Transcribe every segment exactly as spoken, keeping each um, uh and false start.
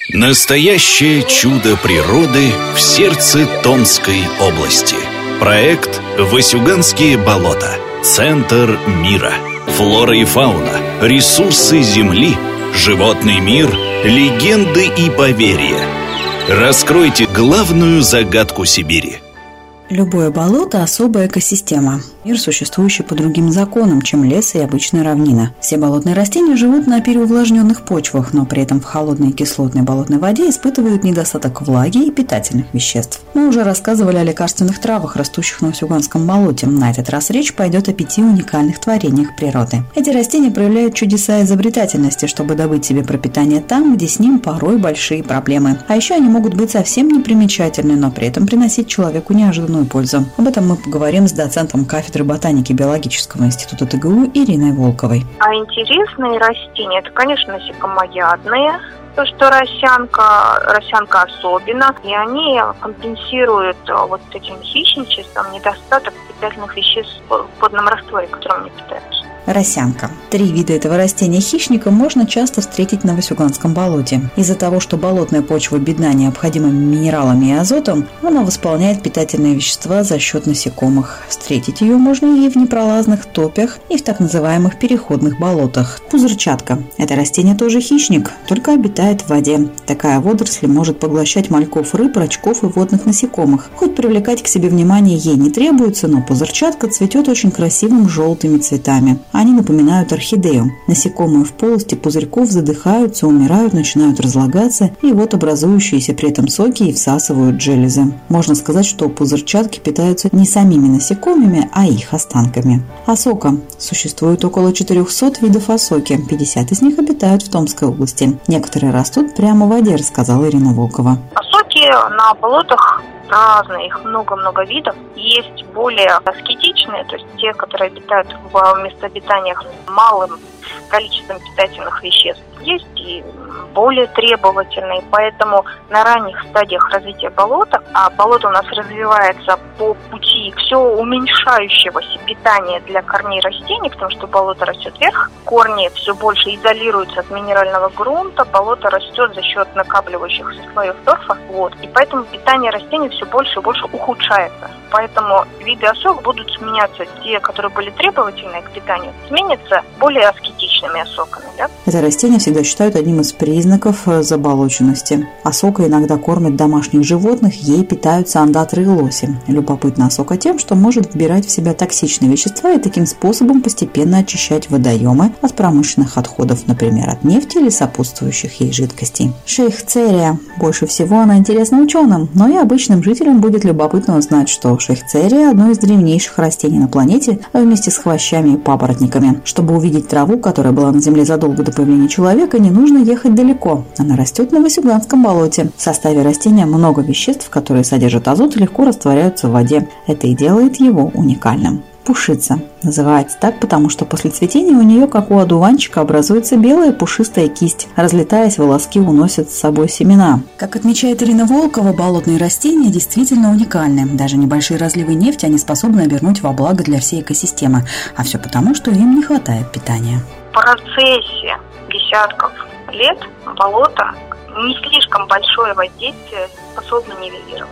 Настоящее чудо природы в сердце Томской области. Проект «Васюганские болота». Центр мира. Флора и фауна, ресурсы земли, животный мир, легенды и поверья. Раскройте главную загадку Сибири. Любое болото – особая экосистема. Мир, существующий по другим законам, чем лес и обычная равнина. Все болотные растения живут на переувлажненных почвах, но при этом в холодной и кислотной болотной воде испытывают недостаток влаги и питательных веществ. Мы уже рассказывали о лекарственных травах, растущих на Васюганском болоте. На этот раз речь пойдет о пяти уникальных творениях природы. Эти растения проявляют чудеса изобретательности, чтобы добыть себе пропитание там, где с ним порой большие проблемы. А еще они могут быть совсем непримечательны, но при этом приносить человеку неожиданную пользу. Об этом мы поговорим с доцентом кафедры ботаники Биологического института ТГУ Ириной Волковой. А интересные растения – это, конечно, насекомоядные. То, что росянка, росянка особенно, и они компенсируют вот этим хищничеством недостаток питательных веществ в водном растворе, которым они питаются. Росянка. Три вида этого растения-хищника можно часто встретить на Васюганском болоте. Из-за того, что болотная почва бедна необходимыми минералами и азотом, она восполняет питательные вещества за счет насекомых. Встретить ее можно и в непролазных топях, и в так называемых переходных болотах. Пузырчатка. Это растение тоже хищник, только обитает в воде. Такая водоросль может поглощать мальков рыб, рачков и водных насекомых. Хоть привлекать к себе внимание ей не требуется, но пузырчатка цветет очень красивыми желтыми цветами. Они напоминают орхидею. Насекомые в полости пузырьков задыхаются, умирают, начинают разлагаться, и вот образующиеся при этом соки и всасывают железы. Можно сказать, что пузырчатки питаются не самими насекомыми, а их останками. Осока. Существует около четырехсот видов осоки, пятьдесят из них обитают в Томской области. Некоторые растут прямо в воде, рассказала Ирина Волкова. Осоки на болотах разные, их много-много видов. Есть более аскетичные, то есть те, которые обитают в местобитаниях с малым количеством питательных веществ. Есть и более требовательные, поэтому на ранних стадиях развития болота, а болото у нас развивается по пути все уменьшающегося питания для корней растений, потому что болото растет вверх, корни все больше изолируются от минерального грунта, болото растет за счет накапливающихся слоев торфа, вот, и поэтому питание растений все больше и больше ухудшается. Поэтому виды осок будут сменяться, те, которые были требовательны к питанию, сменятся более аскетичными осоками. Да? Это растение всегда считают одним из признаков заболоченности. Осока иногда кормят домашних животных, ей питаются ондатры и лоси. Любопытна осока тем, что может вбирать в себя токсичные вещества и таким способом постепенно очищать водоемы от промышленных отходов, например, от нефти или сопутствующих ей жидкостей. Шейхцерия. Больше всего она интересна ученым, но и обычным жителям будет любопытно узнать, что шейхцерия – одно из древнейших растений на планете вместе с хвощами и папоротниками. Чтобы увидеть траву, которая была на Земле задолго до появления человека, не нужно ехать далеко. Она растет на Васюганском болоте. В составе растения много веществ, которые содержат азот и легко растворяются в воде. Это и делает его уникальным. Пушица. Называется так, потому что после цветения у нее, как у одуванчика, образуется белая пушистая кисть. Разлетаясь, волоски уносят с собой семена. Как отмечает Ирина Волкова, болотные растения действительно уникальны. Даже небольшие разливы нефти они способны обернуть во благо для всей экосистемы. А все потому, что им не хватает питания. В процессе десятков лет болото не слишком большое воздействие способно нивелировать.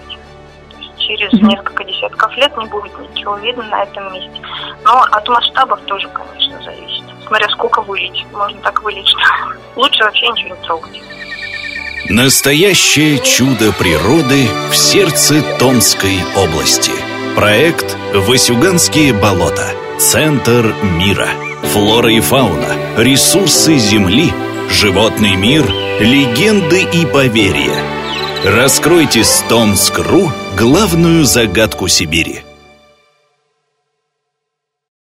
Через несколько десятков лет не будет ничего видно на этом месте. Но от масштабов тоже, конечно, зависит. Смотря сколько вылить. Можно так вылить, что лучше вообще ничего не трогать. Настоящее чудо природы в сердце Томской области. Проект «Васюганские болота». Центр мира. Флора и фауна, ресурсы земли, животный мир, легенды и поверья. Раскройте с Томск точка ру главную загадку Сибири.